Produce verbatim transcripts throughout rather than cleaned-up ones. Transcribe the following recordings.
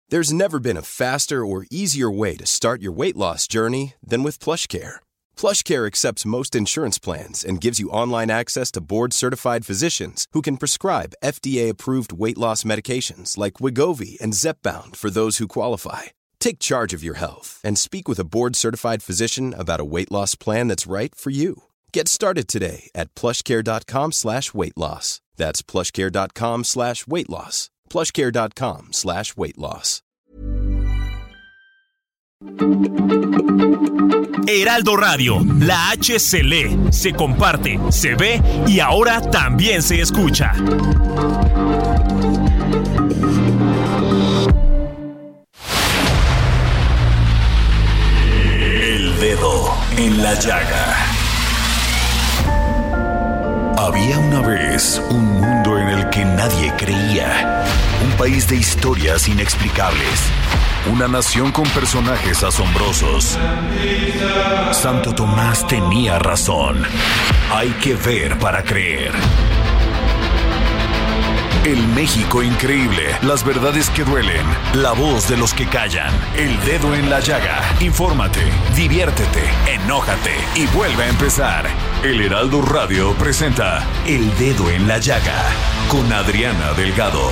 There's never been a faster or easier way to start your weight loss journey than with PlushCare. PlushCare accepts most insurance plans and gives you online access to board-certified physicians who can prescribe F D A-approved weight loss medications like Wegovy and Zepbound for those who qualify. Take charge of your health and speak with a board-certified physician about a weight loss plan that's right for you. Get started today at plushcare.com slash weight loss. That's plushcare.com slash weight loss. plushcare.com slash weight loss. Heraldo Radio, la H se lee, se comparte, se ve y ahora también se escucha. El dedo en la llaga. Había una vez un mundo en el que nadie creía. Un país de historias inexplicables. Una nación con personajes asombrosos. Santo Tomás tenía razón. Hay que ver para creer. El México increíble. Las verdades que duelen. La voz de los que callan. El dedo en la llaga. Infórmate, diviértete, enójate y vuelve a empezar. El Heraldo Radio presenta El Dedo en la Llaga con Adriana Delgado.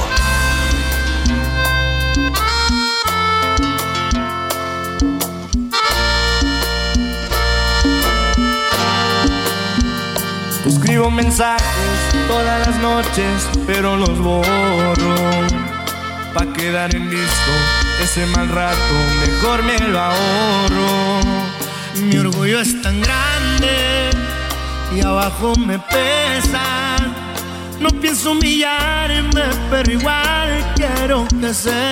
Escribo mensajes todas las noches, pero los borro. Pa' quedar en listo ese mal rato, mejor me lo ahorro. Mi orgullo es tan grande y abajo me pesa. No pienso humillarme, pero igual quiero que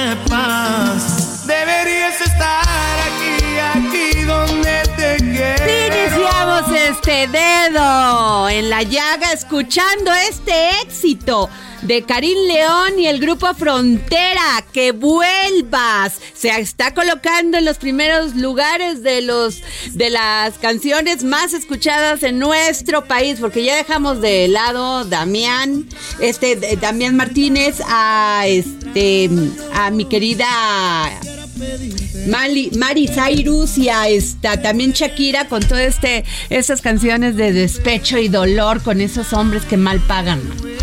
sepas. Deberías estar aquí, aquí donde te quiero. Iniciamos este dedo en la llaga escuchando este éxito de Karim León y el grupo Frontera. Que vuelvas. Se está colocando en los primeros lugares de los de las canciones más escuchadas en nuestro país, porque ya dejamos de lado Damián, este Damián Martínez, a este a mi querida Mali, Mari Cyrus y a esta también Shakira con todo este esas canciones de despecho y dolor con esos hombres que mal pagan,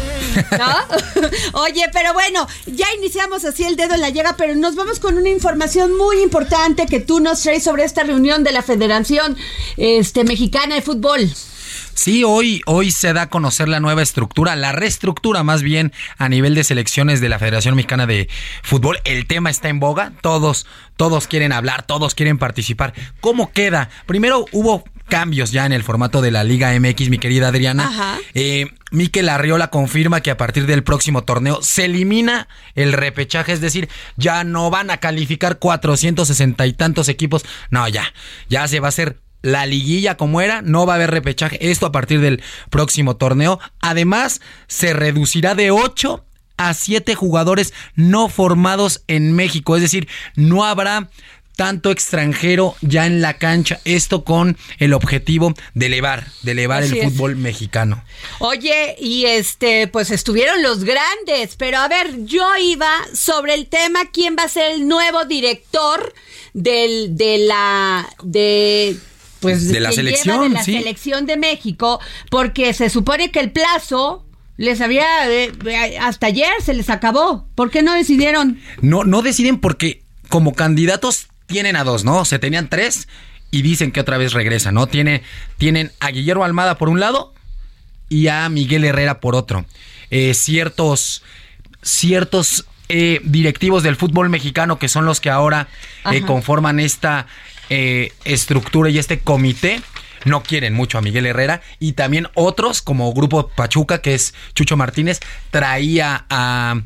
¿no? Oye, pero bueno, ya iniciamos así el dedo en la llaga, pero nos vamos con una información muy importante que tú nos traes sobre esta reunión de la Federación este, Mexicana de Fútbol. Sí, hoy, hoy se da a conocer la nueva estructura, la reestructura más bien a nivel de selecciones de la Federación Mexicana de Fútbol. El tema está en boga, todos, todos quieren hablar, todos quieren participar. ¿Cómo queda? Primero hubo cambios ya en el formato de la Liga M X, mi querida Adriana. Ajá. Eh, Mikel Arriola confirma que a partir del próximo torneo se elimina el repechaje, es decir, ya no van a calificar cuatrocientos sesenta y tantos equipos. No, ya, ya se va a hacer la liguilla como era, no va a haber repechaje, esto a partir del próximo torneo. Además, se reducirá de ocho a siete jugadores no formados en México, es decir, no habrá tanto extranjero ya en la cancha, esto con el objetivo de elevar, de elevar el fútbol mexicano. Oye, y este, pues estuvieron los grandes, pero a ver, yo iba sobre el tema, ¿quién va a ser el nuevo director del, de la, de... Pues de la selección, de la sí. selección de México, porque se supone que el plazo les había eh, hasta ayer se les acabó. ¿Por qué no decidieron? No, no deciden porque como candidatos tienen a dos, ¿no? Se tenían tres y dicen que otra vez regresan, ¿no? Tiene, tienen a Guillermo Almada por un lado y a Miguel Herrera por otro. Eh, ciertos, ciertos eh, directivos del fútbol mexicano que son los que ahora eh, conforman esta Eh, estructura y este comité no quieren mucho a Miguel Herrera, y también otros como Grupo Pachuca, que es Chucho Martínez, traía a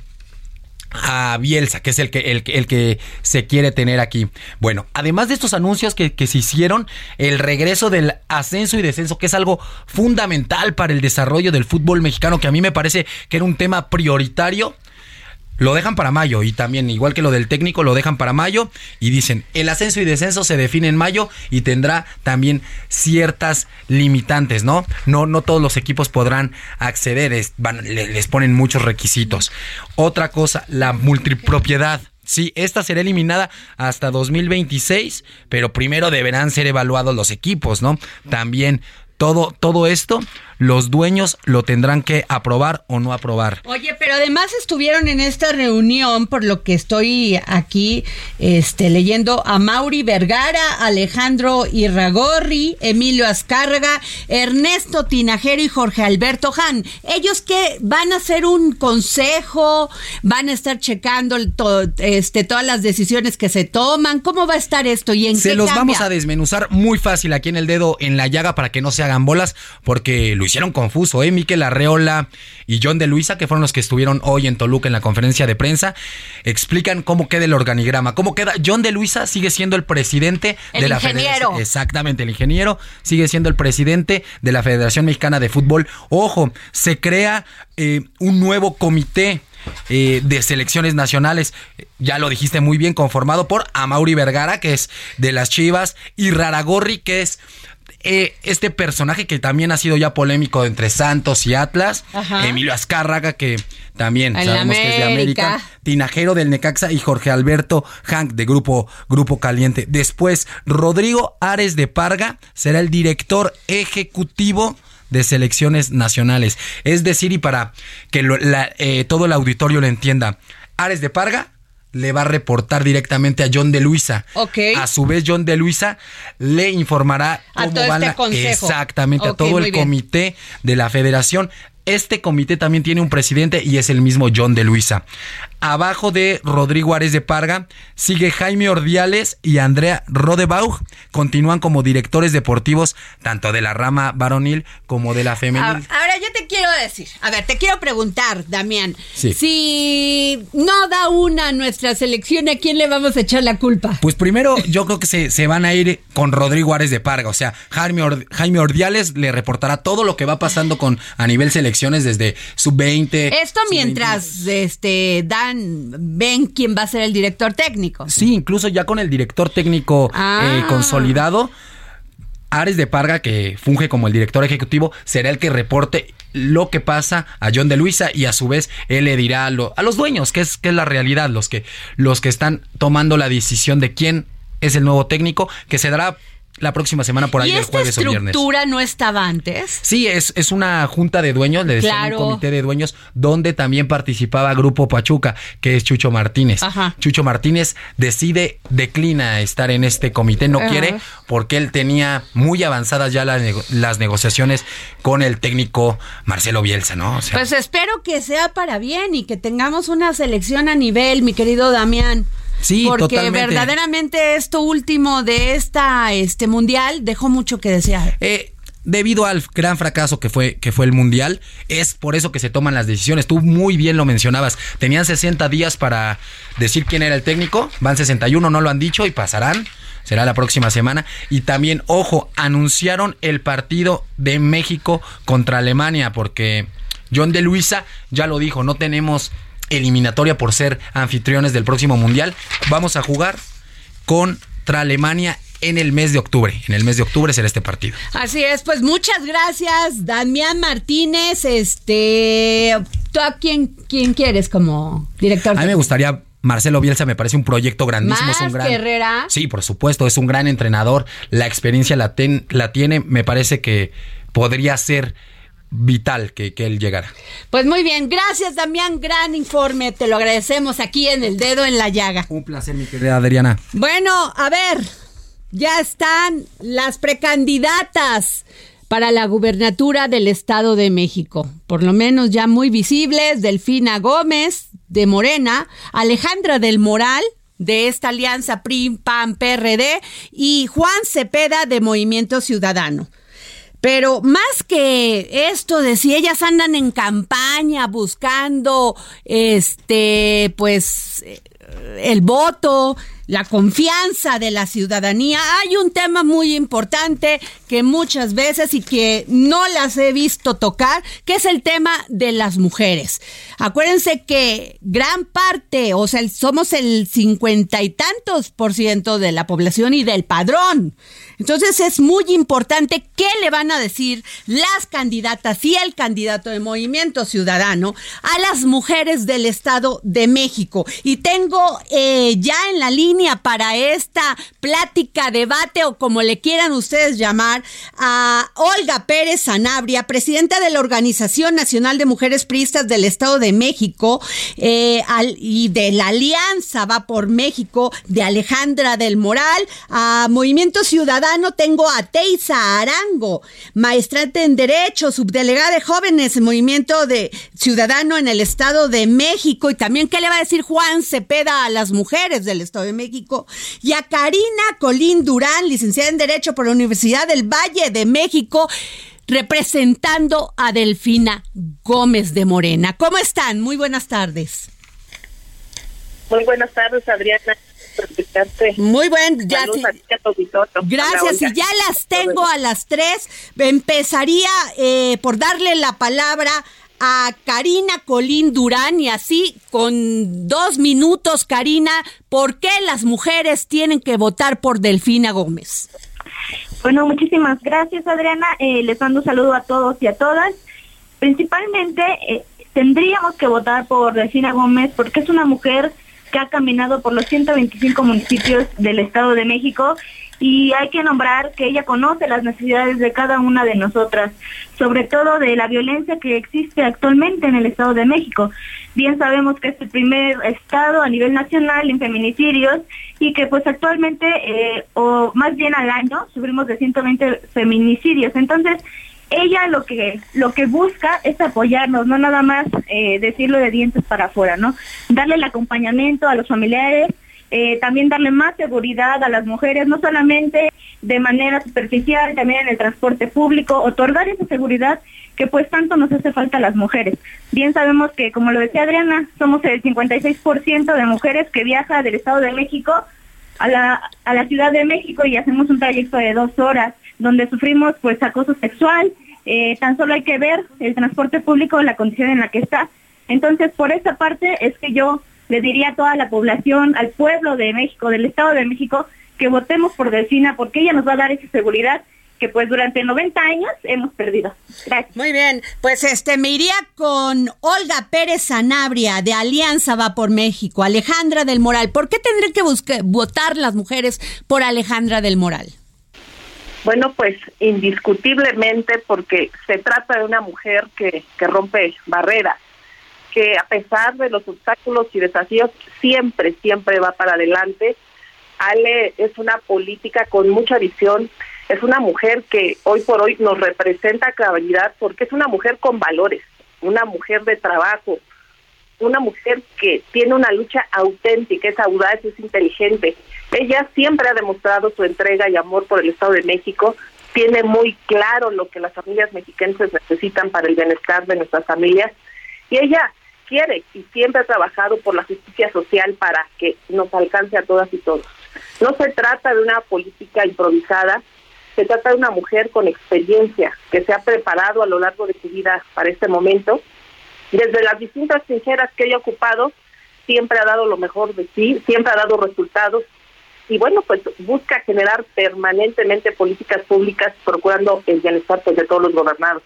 a Bielsa, que es el que, el, el que se quiere tener aquí. Bueno, además de estos anuncios que, que se hicieron, el regreso del ascenso y descenso, que es algo fundamental para el desarrollo del fútbol mexicano, que a mí me parece que era un tema prioritario. Lo dejan para mayo, y también, igual que lo del técnico, lo dejan para mayo y dicen, el ascenso y descenso se define en mayo y tendrá también ciertas limitantes, ¿no? No, no todos los equipos podrán acceder, es, van, les ponen muchos requisitos. Otra cosa, la multipropiedad Sí, esta será eliminada hasta dos mil veintiséis, pero primero deberán ser evaluados los equipos, ¿no? También todo, todo esto, los dueños lo tendrán que aprobar o no aprobar. Oye, pero además estuvieron en esta reunión, por lo que estoy aquí este, leyendo, a Mauri Vergara, Alejandro Irragorri, Emilio Azcárraga, Ernesto Tinajero y Jorge Alberto Han. Ellos que van a hacer un consejo, van a estar checando el to, este, todas las decisiones que se toman. ¿Cómo va a estar esto y en Se qué los cambia? vamos a desmenuzar muy fácil aquí en el dedo en la llaga para que no se hagan bolas, porque lo hicieron confuso, ¿eh? Mikel Arreola y John de Luisa, que fueron los que estuvieron hoy en Toluca en la conferencia de prensa, explican cómo queda el organigrama. ¿Cómo queda? John de Luisa sigue siendo el presidente el de la ingeniero. Federación. Exactamente, el ingeniero sigue siendo el presidente de la Federación Mexicana de Fútbol. Ojo, se crea eh, un nuevo comité Eh, de selecciones nacionales, ya lo dijiste muy bien, conformado por Amaury Vergara, que es de las Chivas, y Irraragorri, que es eh, este personaje que también ha sido ya polémico entre Santos y Atlas. Ajá. Emilio Azcárraga, que también en sabemos que es de América, Tinajero del Necaxa y Jorge Alberto Hank de Grupo, Grupo Caliente. Después, Rodrigo Ares de Parga será el director ejecutivo de selecciones nacionales. Es decir, y para que lo, la, eh, todo el auditorio lo entienda, Ares de Parga le va a reportar directamente a John de Luisa. Okay. A su vez, John de Luisa le informará a cómo todo van este la, consejo. Exactamente, okay, a todo el bien. comité de la federación. Este comité también tiene un presidente y es el mismo John de Luisa. Abajo de Rodrigo Ares de Parga sigue Jaime Ordiales y Andrea Rodebaugh. Continúan como directores deportivos tanto de la rama varonil como de la femenil. Ahora yo te quiero decir, a ver, te quiero preguntar, Damián, sí. Si no da una nuestra selección, ¿a quién le vamos a echar la culpa? Pues primero yo creo que se, se van a ir con Rodrigo Ares de Parga. O sea, Jaime, Or, Jaime Ordiales le reportará todo lo que va pasando con a nivel selección desde sub veinte. Esto sub veinte. mientras este dan ven quién va a ser el director técnico. Sí, incluso ya con el director técnico ah. eh, consolidado, Ares de Parga, que funge como el director ejecutivo, será el que reporte lo que pasa a John de Luisa y a su vez él le dirá a, lo, a los dueños que es, que es la realidad, los que, los que están tomando la decisión de quién es el nuevo técnico, que se dará la próxima semana por ahí del jueves o viernes. ¿Y esta estructura no estaba antes? Sí, es, es una junta de dueños, le decían claro. un comité de dueños, donde también participaba Grupo Pachuca, que es Chucho Martínez. Ajá. Chucho Martínez decide, declina estar en este comité, no Ajá. quiere, porque él tenía muy avanzadas ya las, nego- las negociaciones con el técnico Marcelo Bielsa, ¿no? O sea, pues espero que sea para bien y que tengamos una selección a nivel, mi querido Damián. Sí, porque totalmente. verdaderamente esto último de esta este mundial dejó mucho que desear. Eh, debido al gran fracaso que fue que fue el mundial, es por eso que se toman las decisiones. Tú muy bien lo mencionabas. Tenían sesenta días para decir quién era el técnico. Van sesenta y uno, no lo han dicho y pasarán. Será la próxima semana. Y también, ojo, anunciaron el partido de México contra Alemania, porque John de Luisa ya lo dijo, no tenemos eliminatoria por ser anfitriones del próximo mundial. Vamos a jugar contra Alemania en el mes de octubre. En el mes de octubre será este partido. Así es, pues muchas gracias, Damián Martínez. Este, ¿tú a quién, quién quieres como director? A mí me gustaría Marcelo Bielsa, me parece un proyecto grandísimo. ¿Más es un gran, que Herrera? Sí, por supuesto, es un gran entrenador. La experiencia la, ten, la tiene. Me parece que podría ser vital que, que él llegara. Pues muy bien, gracias Damián, gran informe, te lo agradecemos aquí en El Dedo en la Llaga. Un placer, mi querida Adriana. Bueno, a ver, ya están las precandidatas para la gubernatura del Estado de México, por lo menos ya muy visibles: Delfina Gómez de Morena, Alejandra del Moral de esta alianza P R I, P A N, P R D y Juan Cepeda de Movimiento Ciudadano. Pero más que esto de si ellas andan en campaña buscando este pues el voto, la confianza de la ciudadanía. Hay un tema muy importante que muchas veces y que no las he visto tocar, que es el tema de las mujeres. Acuérdense que gran parte, o sea, somos el cincuenta y tantos por ciento de la población y del padrón. Entonces es muy importante qué le van a decir las candidatas y el candidato de Movimiento Ciudadano a las mujeres del Estado de México. Y tengo eh, ya en la línea para esta plática, debate o como le quieran ustedes llamar, a Olga Pérez Sanabria, presidenta de la Organización Nacional de Mujeres Priistas del Estado de México eh, al, y de la Alianza Va por México de Alejandra del Moral. A Movimiento Ciudadano tengo a Teysa Arango, maestrante en Derecho, subdelegada de Jóvenes en Movimiento de Ciudadano en el Estado de México. Y también, ¿qué le va a decir Juan Cepeda a las mujeres del Estado de México? Y a Karina Colín Durán, licenciada en Derecho por la Universidad del Valle de México, representando a Delfina Gómez de Morena. ¿Cómo están? Muy buenas tardes. Muy buenas tardes, Adriana. Muy buen, ya sí. Gracias, y ya las tengo a las tres. Empezaría eh, por darle la palabra a Karina Colín Durán, y así con dos minutos, Karina, ¿por qué las mujeres tienen que votar por Delfina Gómez? Bueno, muchísimas gracias, Adriana. Eh, les mando un saludo a todos y a todas. Principalmente eh, tendríamos que votar por Delfina Gómez porque es una mujer que ha caminado por los ciento veinticinco municipios del Estado de México, y hay que nombrar que ella conoce las necesidades de cada una de nosotras, sobre todo de la violencia que existe actualmente en el Estado de México. Bien sabemos que es el primer estado a nivel nacional en feminicidios y que pues actualmente, eh, o más bien al año, sufrimos de ciento veinte feminicidios. Entonces, ella lo que lo que busca es apoyarnos, no nada más eh, decirlo de dientes para afuera, ¿no? Darle el acompañamiento a los familiares, eh, también darle más seguridad a las mujeres, no solamente de manera superficial, también en el transporte público, otorgar esa seguridad que pues tanto nos hace falta a las mujeres. Bien sabemos que, como lo decía Adriana, somos el cincuenta y seis por ciento de mujeres que viaja del Estado de México a la, a la Ciudad de México y hacemos un trayecto de dos horas, donde sufrimos pues acoso sexual. Eh, tan solo hay que ver el transporte público, la condición en la que está. Entonces, por esa parte es que yo le diría a toda la población, al pueblo de México, del Estado de México, que votemos por Delfina, porque ella nos va a dar esa seguridad que pues durante noventa años hemos perdido. Gracias. Muy bien, pues este me iría con Olga Pérez Sanabria, de Alianza Va por México. Alejandra del Moral, ¿por qué tendrían que buscar, votar las mujeres por Alejandra del Moral? Bueno, pues indiscutiblemente porque se trata de una mujer que, que rompe barreras, que a pesar de los obstáculos y desafíos siempre, siempre va para adelante. Ale es una política con mucha visión, es una mujer que hoy por hoy nos representa a cabalidad porque es una mujer con valores, una mujer de trabajo, una mujer que tiene una lucha auténtica, es audaz, es inteligente. Ella siempre ha demostrado su entrega y amor por el Estado de México, tiene muy claro lo que las familias mexicanas necesitan para el bienestar de nuestras familias, y ella quiere y siempre ha trabajado por la justicia social para que nos alcance a todas y todos. No se trata de una política improvisada, se trata de una mujer con experiencia que se ha preparado a lo largo de su vida para este momento. Desde las distintas trincheras que ella ha ocupado, siempre ha dado lo mejor de sí, siempre ha dado resultados, y bueno, pues busca generar permanentemente políticas públicas procurando el bienestar pues, de todos los gobernados.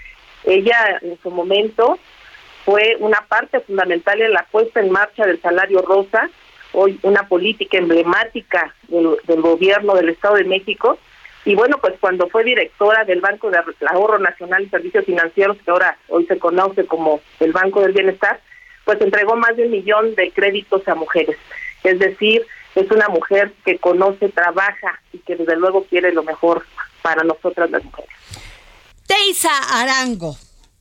Ella en su momento fue una parte fundamental en la puesta en marcha del salario rosa, hoy una política emblemática del, del gobierno del Estado de México. Y bueno, pues cuando fue directora del Banco de Ahorro Nacional y Servicios Financieros, que ahora hoy se conoce como el Banco del Bienestar, pues entregó más de un millón de créditos a mujeres. Es decir, es una mujer que conoce, trabaja y que desde luego quiere lo mejor para nosotras las mujeres. Teysa Arango,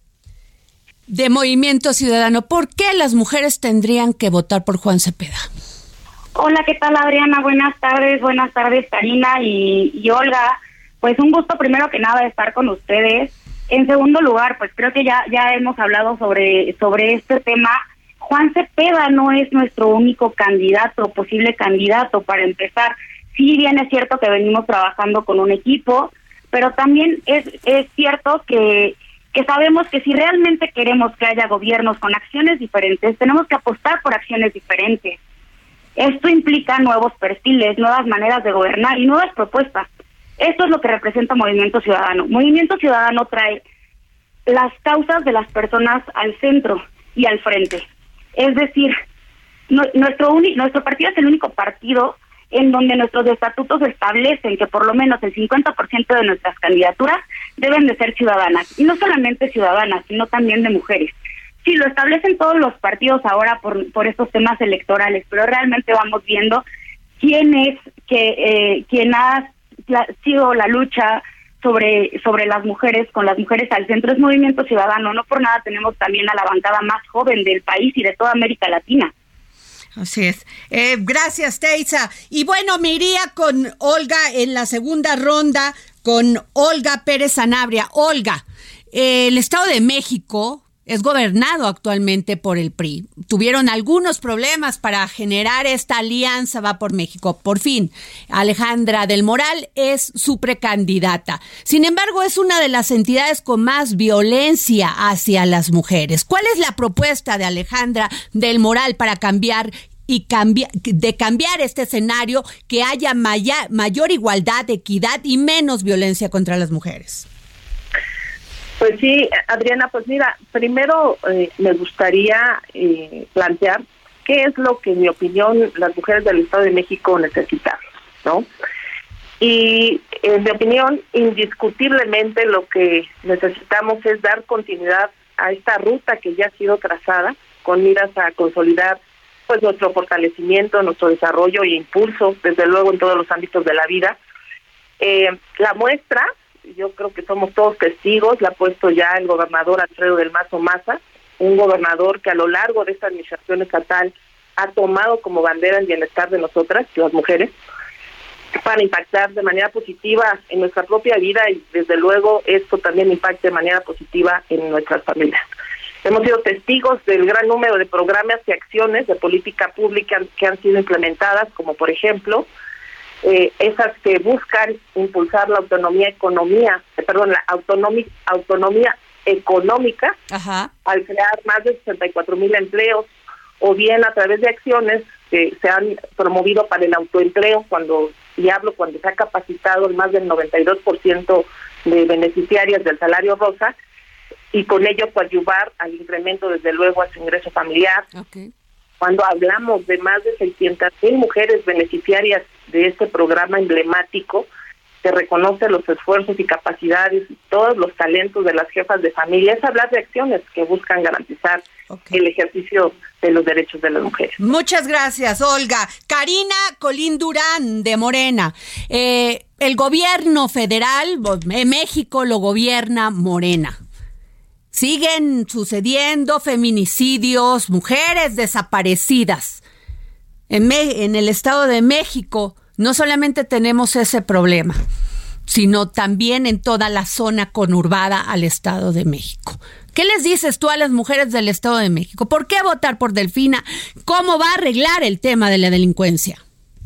de Movimiento Ciudadano, ¿por qué las mujeres tendrían que votar por Juan Cepeda? Hola, ¿qué tal, Adriana? Buenas tardes, buenas tardes, Karina y, y Olga. Pues un gusto primero que nada estar con ustedes. En segundo lugar, pues creo que ya ya hemos hablado sobre sobre este tema. Juan Cepeda no es nuestro único candidato, posible candidato para empezar. Sí, bien es cierto que venimos trabajando con un equipo, pero también es, es cierto que, que sabemos que si realmente queremos que haya gobiernos con acciones diferentes, tenemos que apostar por acciones diferentes. Esto implica nuevos perfiles, nuevas maneras de gobernar y nuevas propuestas. Esto es lo que representa Movimiento Ciudadano. Movimiento Ciudadano trae las causas de las personas al centro y al frente. Es decir, no, nuestro, uni, nuestro partido es el único partido en donde nuestros estatutos establecen que por lo menos el cincuenta por ciento de nuestras candidaturas deben de ser ciudadanas, y no solamente ciudadanas, sino también de mujeres. Sí, lo establecen todos los partidos ahora por, por estos temas electorales, pero realmente vamos viendo quién es que eh, quien ha la, sido la lucha sobre sobre las mujeres, con las mujeres al centro, es Movimiento Ciudadano. No por nada tenemos también a la bancada más joven del país y de toda América Latina. Así es. Eh, gracias, Teisa. Y bueno, me iría con Olga en la segunda ronda, con Olga Pérez Sanabria. Olga, eh, el Estado de México es gobernado actualmente por el P R I. Tuvieron algunos problemas para generar esta alianza Va por México. Por fin, Alejandra del Moral es su precandidata. Sin embargo, es una de las entidades con más violencia hacia las mujeres. ¿Cuál es la propuesta de Alejandra del Moral para cambiar y cambiar, de cambiar este escenario, que haya maya, mayor igualdad, equidad y menos violencia contra las mujeres? Pues sí, Adriana, pues mira, primero eh, me gustaría eh, plantear qué es lo que, en mi opinión, las mujeres del Estado de México necesitan, ¿no? Y en mi opinión, indiscutiblemente lo que necesitamos es dar continuidad a esta ruta que ya ha sido trazada con miras a consolidar pues nuestro fortalecimiento, nuestro desarrollo e impulso, desde luego en todos los ámbitos de la vida. Eh, la muestra, yo creo que somos todos testigos, la ha puesto ya el gobernador Alfredo del Mazo Maza, un gobernador que a lo largo de esta administración estatal ha tomado como bandera el bienestar de nosotras, las mujeres, para impactar de manera positiva en nuestra propia vida, y desde luego esto también impacta de manera positiva en nuestras familias. Hemos sido testigos del gran número de programas y acciones de política pública que han sido implementadas, como por ejemplo Eh, esas que buscan impulsar la autonomía economía, eh, perdón, la autonomía, autonomía económica. Ajá. Al crear más de sesenta y cuatro mil empleos, o bien a través de acciones que se han promovido para el autoempleo, cuando, y hablo cuando se ha capacitado el más del noventa y dos por ciento de beneficiarias del salario rosa, y con ello coadyuvar al incremento, desde luego, a su ingreso familiar. Okay. Cuando hablamos de más de seiscientas mil mujeres beneficiarias de este programa emblemático, que reconoce los esfuerzos y capacidades y todos los talentos de las jefas de familia, es hablar de acciones que buscan garantizar okay. el ejercicio de los derechos de las mujeres. Muchas gracias, Olga. Karina Colín Durán, de Morena. Eh, el gobierno federal, en México lo gobierna Morena. Siguen sucediendo feminicidios, mujeres desaparecidas. En, Me- en el Estado de México no solamente tenemos ese problema, sino también en toda la zona conurbada al Estado de México. ¿Qué les dices tú a las mujeres del Estado de México? ¿Por qué votar por Delfina? ¿Cómo va a arreglar el tema de la delincuencia?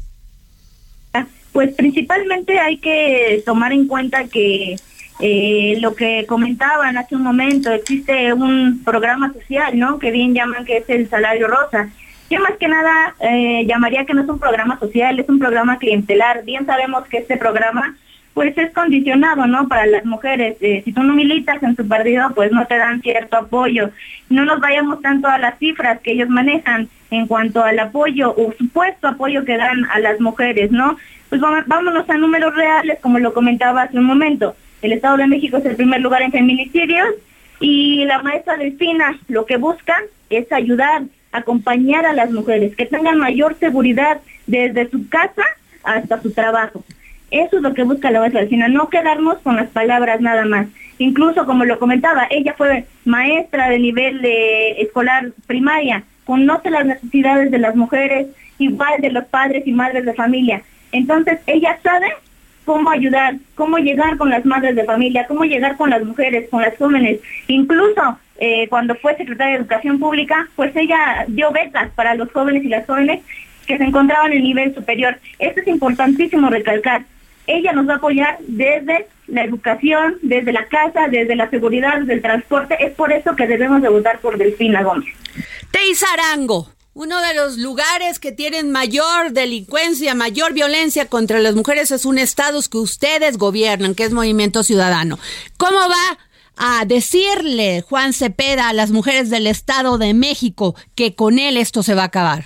Pues principalmente hay que tomar en cuenta que Eh, lo que comentaban hace un momento, existe un programa social, ¿no?, que bien llaman que es el salario rosa. Yo más que nada eh, llamaría que no es un programa social, es un programa clientelar. Bien sabemos que este programa pues es condicionado, ¿no?, para las mujeres. Eh, si tú no militas en su partido, pues no te dan cierto apoyo. No nos vayamos tanto a las cifras que ellos manejan en cuanto al apoyo o supuesto apoyo que dan a las mujeres, ¿no? Pues vámonos a números reales, como lo comentaba hace un momento. El Estado de México es el primer lugar en feminicidios, y la maestra Delfina lo que busca es ayudar, acompañar a las mujeres, que tengan mayor seguridad desde su casa hasta su trabajo. Eso es lo que busca la maestra Delfina, no quedarnos con las palabras nada más. Incluso, como lo comentaba, ella fue maestra de nivel de escolar primaria, conoce las necesidades de las mujeres, igual de los padres y madres de familia. Entonces, ella sabe cómo ayudar, cómo llegar con las madres de familia, cómo llegar con las mujeres, con las jóvenes, incluso eh, cuando fue secretaria de Educación Pública, pues ella dio becas para los jóvenes y las jóvenes que se encontraban en nivel superior. Esto es importantísimo recalcar. Ella nos va a apoyar desde la educación, desde la casa, desde la seguridad, desde el transporte. Es por eso que debemos de votar por Delfina Gómez. Teysa Arango, uno de los lugares que tienen mayor delincuencia, mayor violencia contra las mujeres es un estado que ustedes gobiernan, que es Movimiento Ciudadano. ¿Cómo va a decirle Juan Cepeda a las mujeres del Estado de México que con él esto se va a acabar?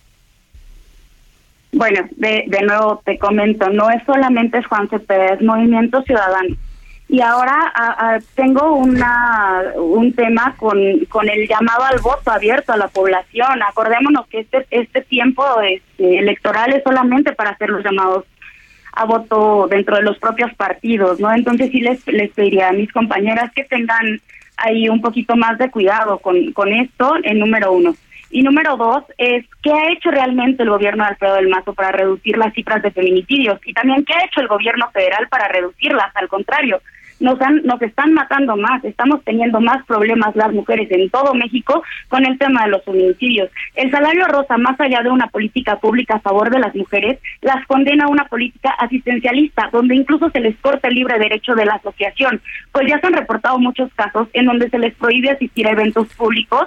Bueno, de, de nuevo te comento, no es solamente Juan Cepeda, es Movimiento Ciudadano. Y ahora a, a, tengo una un tema con, con el llamado al voto abierto a la población. Acordémonos que este este tiempo este, electoral es solamente para hacer los llamados a voto dentro de los propios partidos, ¿no? Entonces sí les, les pediría a mis compañeras que tengan ahí un poquito más de cuidado con, con esto, en número uno. Y número dos es, ¿qué ha hecho realmente el gobierno de Alfredo del Mazo para reducir las cifras de feminicidios? Y también, ¿qué ha hecho el gobierno federal para reducirlas? Al contrario, nos han, nos están matando más, estamos teniendo más problemas las mujeres en todo México con el tema de los feminicidios. El salario rosa, más allá de una política pública a favor de las mujeres, las condena a una política asistencialista, donde incluso se les corta el libre derecho de la asociación, pues ya se han reportado muchos casos en donde se les prohíbe asistir a eventos públicos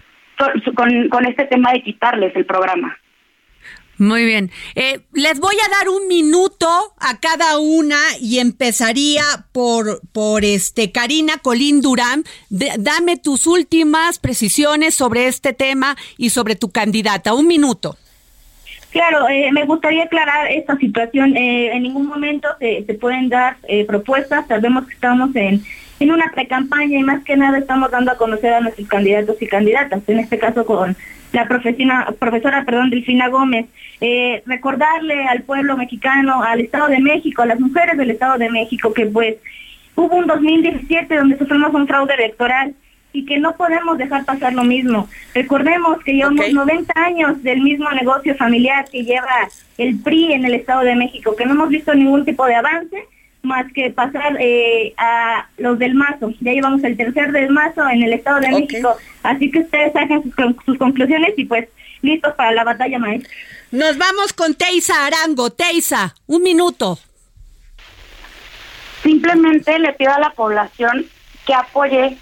Con, con este tema de quitarles el programa. Muy bien. Eh, les voy a dar un minuto a cada una y empezaría por por este Karina Colín Durán. De, dame tus últimas precisiones sobre este tema y sobre tu candidata. Un minuto. Claro, eh, me gustaría aclarar esta situación. Eh, en ningún momento se, se pueden dar eh, propuestas. Sabemos que estamos en en una precampaña y más que nada estamos dando a conocer a nuestros candidatos y candidatas, en este caso con la profesora, profesora perdón, Delfina Gómez. Eh, recordarle al pueblo mexicano, al Estado de México, a las mujeres del Estado de México, que pues hubo un dos mil diecisiete donde sufrimos un fraude electoral y que no podemos dejar pasar lo mismo. Recordemos que llevamos okay. noventa años del mismo negocio familiar que lleva el P R I en el Estado de México, que no hemos visto ningún tipo de avance, más que pasar eh, a los del Mazo. Ya llevamos el tercer del Mazo en el Estado de okay. México, así que ustedes saquen sus, sus conclusiones y pues listos para la batalla maestra. Nos vamos con Teysa Arango. Teysa, un minuto. Simplemente le pido a la población que apoye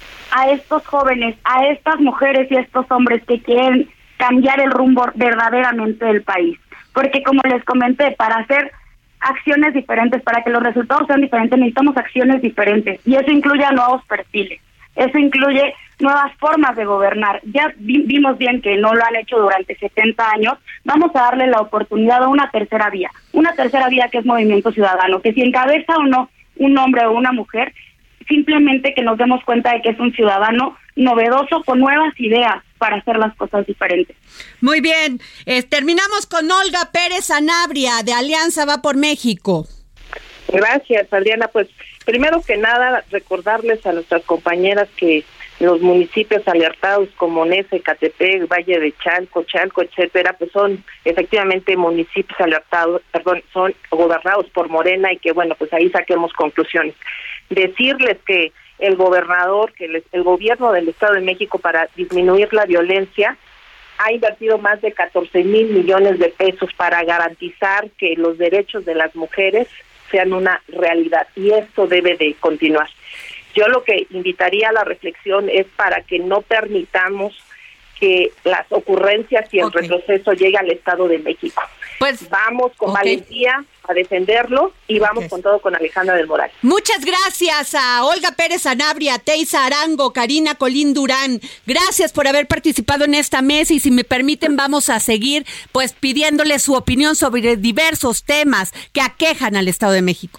a estos jóvenes, a estas mujeres y a estos hombres que quieren cambiar el rumbo verdaderamente del país. Porque como les comenté, para hacer acciones diferentes, para que los resultados sean diferentes, necesitamos acciones diferentes, y eso incluye a nuevos perfiles, eso incluye nuevas formas de gobernar. Ya vi, vimos bien que no lo han hecho durante setenta años, vamos a darle la oportunidad a una tercera vía, una tercera vía que es Movimiento Ciudadano, que si encabeza o no un hombre o una mujer, simplemente que nos demos cuenta de que es un ciudadano novedoso con nuevas ideas para hacer las cosas diferentes. Muy bien, eh, terminamos con Olga Pérez Sanabria de Alianza Va por México. Gracias, Adriana. Pues primero que nada recordarles a nuestras compañeras que los municipios alertados como Neza, Ecatepec, Valle de Chalco, Chalco, etcétera, pues son efectivamente municipios alertados, perdón, son gobernados por Morena y que bueno, pues ahí saquemos conclusiones. Decirles que el gobernador, que el, el gobierno del Estado de México para disminuir la violencia ha invertido más de catorce mil millones de pesos para garantizar que los derechos de las mujeres sean una realidad y esto debe de continuar. Yo lo que invitaría a la reflexión es para que no permitamos que las ocurrencias y el okay. retroceso llegue al Estado de México. Pues vamos con okay. valentía a defenderlo y vamos okay. con todo con Alejandra del Moral. Muchas gracias a Olga Pérez Sanabria, Teysa Arango, Karina Colín Durán. Gracias por haber participado en esta mesa y si me permiten vamos a seguir pues pidiéndole su opinión sobre diversos temas que aquejan al Estado de México.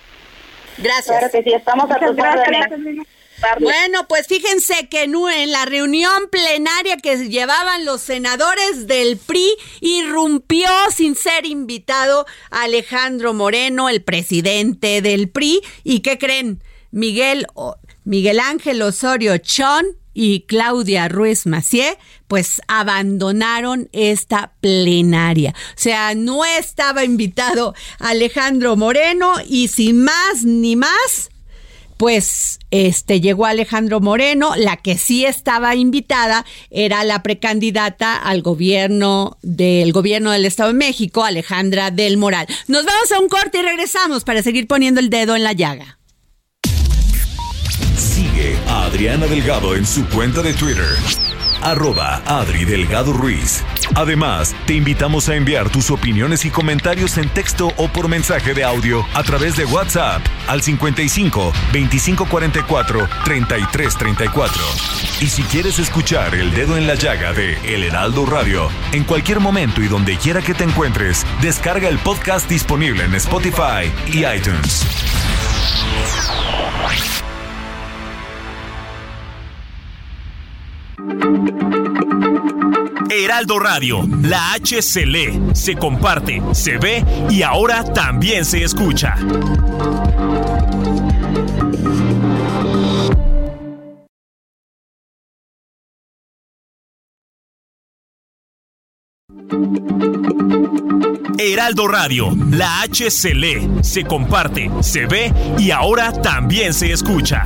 Gracias. Claro que sí, estamos a tus órdenes. Bueno, pues fíjense que en la reunión plenaria que llevaban los senadores del P R I, irrumpió sin ser invitado Alejandro Moreno, el presidente del P R I. ¿Y qué creen? Miguel, Miguel Ángel Osorio Chong y Claudia Ruiz Massieu, pues abandonaron esta plenaria. O sea, no estaba invitado Alejandro Moreno y sin más ni más, pues este llegó Alejandro Moreno. La que sí estaba invitada era la precandidata al gobierno del gobierno del Estado de México, Alejandra del Moral. Nos vamos a un corte y regresamos para seguir poniendo el dedo en la llaga. Sigue a Adriana Delgado en su cuenta de Twitter, arroba Adri Delgado Ruiz. Además, te invitamos a enviar tus opiniones y comentarios en texto o por mensaje de audio a través de WhatsApp al cincuenta y cinco, veinticinco cuarenta y cuatro, treinta y tres treinta y cuatro. Y si quieres escuchar El Dedo en la Llaga de El Heraldo Radio, en cualquier momento y donde quiera que te encuentres, descarga el podcast disponible en Spotify y iTunes. Heraldo Radio, la H se lee, se comparte, se ve y ahora también se escucha. Heraldo Radio, la H se lee, se comparte, se ve y ahora también se escucha.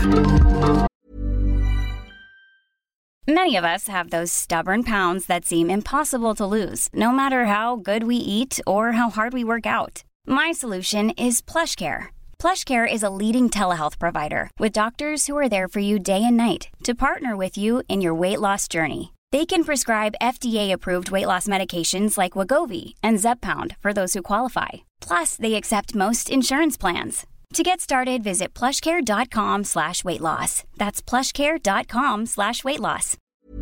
Many of us have those stubborn pounds that seem impossible to lose, no matter how good we eat or how hard we work out. My solution is PlushCare. PlushCare is a leading telehealth provider with doctors who are there for you day and night to partner with you in your weight loss journey. They can prescribe F D A-approved weight loss medications like Wegovy and Zepbound for those who qualify. Plus, they accept most insurance plans. To get started, visit plushcare.com slash weight loss. That's plushcare.com slash weight loss.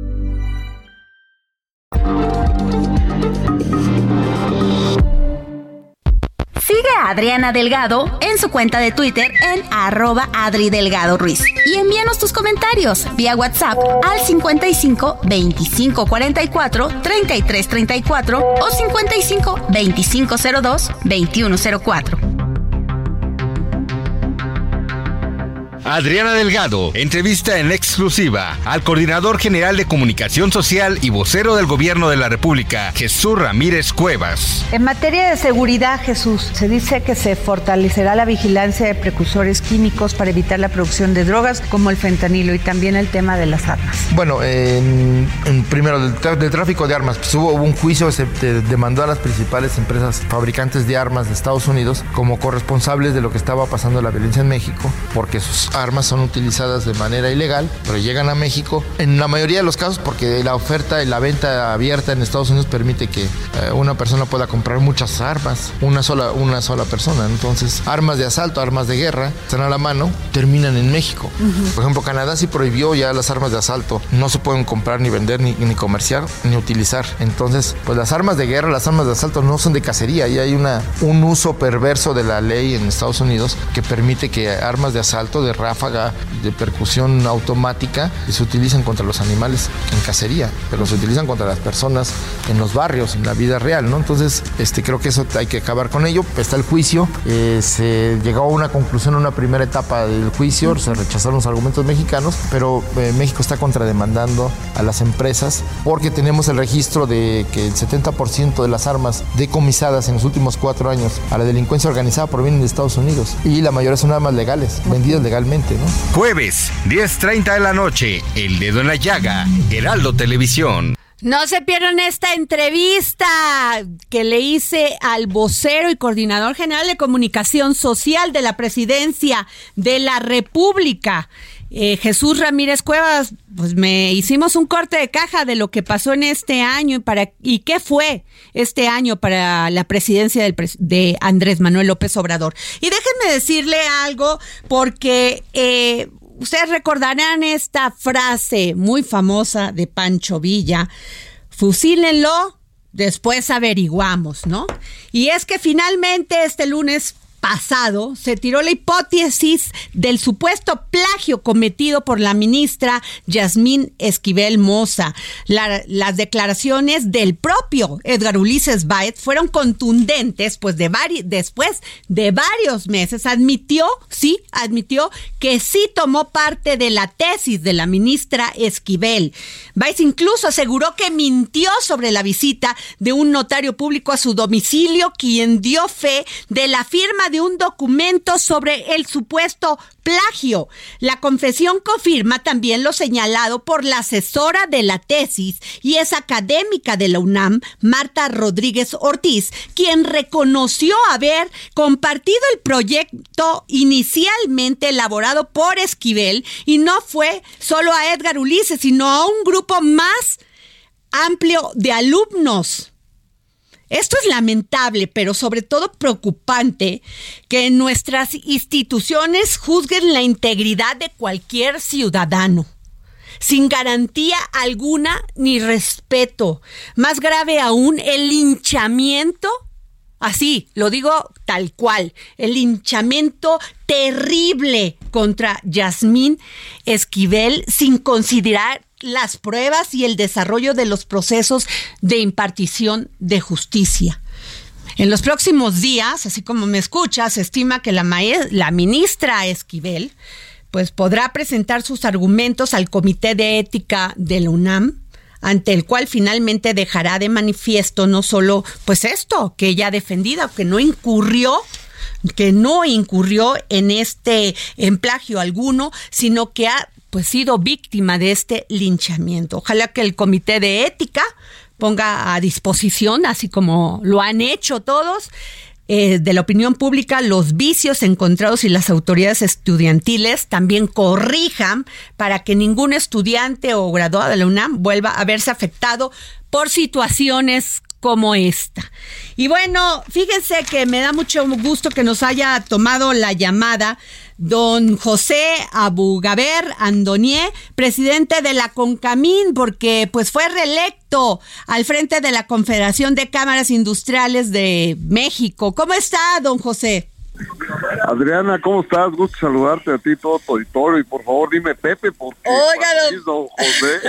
Sigue a Adriana Delgado en su cuenta de Twitter en arroba Adri Delgado Ruiz. Y envíanos tus comentarios vía WhatsApp al cincuenta y cinco, veinticinco cuarenta y cuatro, treinta y tres treinta y cuatro o cincuenta y cinco, veinticinco cero dos, veintiuno cero cuatro. Adriana Delgado entrevista en exclusiva al Coordinador General de Comunicación Social y vocero del Gobierno de la República, Jesús Ramírez Cuevas. En materia de seguridad, Jesús, se dice que se fortalecerá la vigilancia de precursores químicos para evitar la producción de drogas como el fentanilo y también el tema de las armas. Bueno, en, en primero, del, tra- del tráfico de armas, pues hubo, hubo un juicio, se te, demandó a las principales empresas fabricantes de armas de Estados Unidos como corresponsables de lo que estaba pasando en la violencia en México, porque sus armas son utilizadas de manera ilegal, pero llegan a México en la mayoría de los casos porque la oferta y la venta abierta en Estados Unidos permite que eh, una persona pueda comprar muchas armas, una sola, una sola persona. Entonces, armas de asalto, armas de guerra, están a la mano, terminan en México. Uh-huh. Por ejemplo, Canadá sí prohibió ya las armas de asalto, no se pueden comprar, ni vender, ni, ni comerciar, ni utilizar. Entonces, pues las armas de guerra, las armas de asalto no son de cacería, y hay una, un uso perverso de la ley en Estados Unidos que permite que armas de asalto, de ráfaga, de percusión automática, se utilizan contra los animales en cacería, pero se utilizan contra las personas en los barrios, en la vida real, ¿no? Entonces, este, creo que eso hay que acabar con ello. Está el juicio, eh, se llegó a una conclusión en una primera etapa del juicio, se rechazaron los argumentos mexicanos, pero eh, México está contrademandando a las empresas porque tenemos el registro de que el setenta por ciento de las armas decomisadas en los últimos cuatro años a la delincuencia organizada provienen de Estados Unidos, y la mayoría son armas legales, vendidas legalmente, ¿no? Jueves, diez treinta de la noche, El Dedo en la Llaga, Heraldo Televisión. No se pierdan esta entrevista que le hice al vocero y coordinador general de comunicación social de la Presidencia de la República, eh, Jesús Ramírez Cuevas. Pues me hicimos un corte de caja de lo que pasó en este año y para y qué fue este año para la presidencia del pres, de Andrés Manuel López Obrador. Y déjenme decirle algo, porque eh, ustedes recordarán esta frase muy famosa de Pancho Villa: fusílenlo, después averiguamos, ¿no? Y es que finalmente este lunes pasado se tiró la hipótesis del supuesto plagio cometido por la ministra Yasmín Esquivel Moza. La, las declaraciones del propio Edgar Ulises Báez fueron contundentes, pues de vari, después de varios meses admitió, sí, admitió que sí tomó parte de la tesis de la ministra Esquivel. Báez incluso aseguró que mintió sobre la visita de un notario público a su domicilio, quien dio fe de la firma de de un documento sobre el supuesto plagio. La confesión confirma también lo señalado por la asesora de la tesis y es académica de la UNAM, Marta Rodríguez Ortiz, quien reconoció haber compartido el proyecto inicialmente elaborado por Esquivel y no fue solo a Edgar Ulises, sino a un grupo más amplio de alumnos. Esto es lamentable, pero sobre todo preocupante que nuestras instituciones juzguen la integridad de cualquier ciudadano, sin garantía alguna ni respeto. Más grave aún, el linchamiento, así, lo digo tal cual, el linchamiento terrible contra Yasmín Esquivel sin considerar las pruebas y el desarrollo de los procesos de impartición de justicia. En los próximos días, así como me escuchas, se estima que la, maes- la ministra Esquivel pues podrá presentar sus argumentos al Comité de Ética de la UNAM, ante el cual finalmente dejará de manifiesto no solo pues esto que ella ha defendido, que no incurrió que no incurrió en este en plagio alguno, sino que ha pues sido víctima de este linchamiento. Ojalá que el Comité de Ética ponga a disposición, así como lo han hecho todos, eh, de la opinión pública, los vicios encontrados y las autoridades estudiantiles también corrijan para que ningún estudiante o graduado de la UNAM vuelva a verse afectado por situaciones como esta. Y bueno, fíjense que me da mucho gusto que nos haya tomado la llamada don José Abugaber Andonié, presidente de la CONCAMIN, porque pues fue reelecto al frente de la Confederación de Cámaras Industriales de México. ¿Cómo está, don José? Adriana, ¿cómo estás? Gusto saludarte a ti, todo tu auditorio, y por favor dime Pepe, porque Oiga, don... es don José.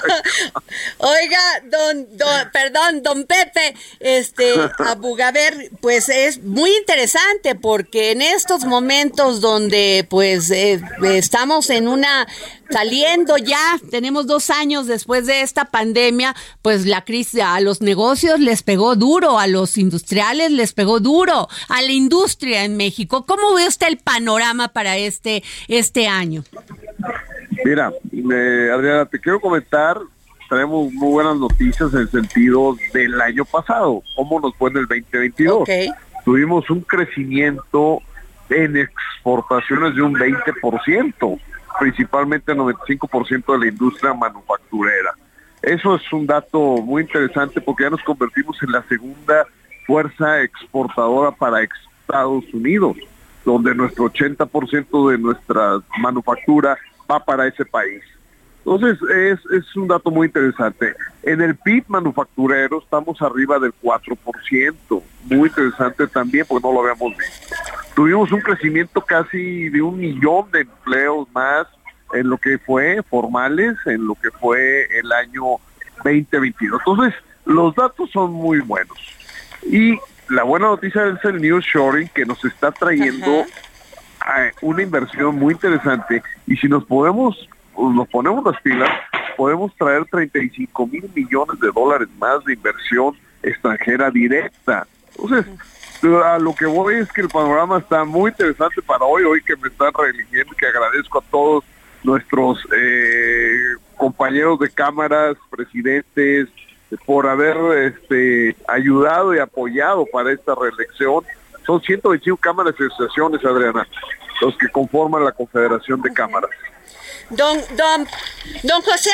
Oiga, don, don, perdón, don Pepe, este, Abugaber, pues es muy interesante porque en estos momentos donde pues eh, estamos en una, saliendo ya, tenemos dos años después de esta pandemia, pues la crisis a los negocios les pegó duro, a los industriales les pegó duro, a la industria en México. ¿Cómo ve usted el panorama para este, este año? Mira, eh, Adriana, te quiero comentar, tenemos muy buenas noticias en el sentido del año pasado, cómo nos fue en el veinte veintidós. Okay. Tuvimos un crecimiento en exportaciones de un veinte por ciento, principalmente el noventa y cinco por ciento de la industria manufacturera. Eso es un dato muy interesante porque ya nos convertimos en la segunda fuerza exportadora para Estados Unidos, donde nuestro ochenta por ciento de nuestra manufactura va para ese país. Entonces, es, es un dato muy interesante. En el P I B manufacturero estamos arriba del cuatro por ciento. Muy interesante también, porque no lo habíamos visto. Tuvimos un crecimiento casi de un millón de empleos más en lo que fue formales, en lo que fue el año veinte veintidós. Entonces, los datos son muy buenos. Y la buena noticia es el nearshoring, que nos está trayendo uh, una inversión muy interesante. Y si nos podemos, nos ponemos las pilas, podemos traer treinta y cinco mil millones de dólares más de inversión extranjera directa. Entonces, a lo que voy es que el panorama está muy interesante para hoy, hoy que me están reeligiendo, que agradezco a todos nuestros eh, compañeros de cámaras, presidentes, por haber este, ayudado y apoyado para esta reelección. Son ciento veinticinco cámaras y asociaciones, Adriana, los que conforman la Confederación de Cámaras. Don, don, don José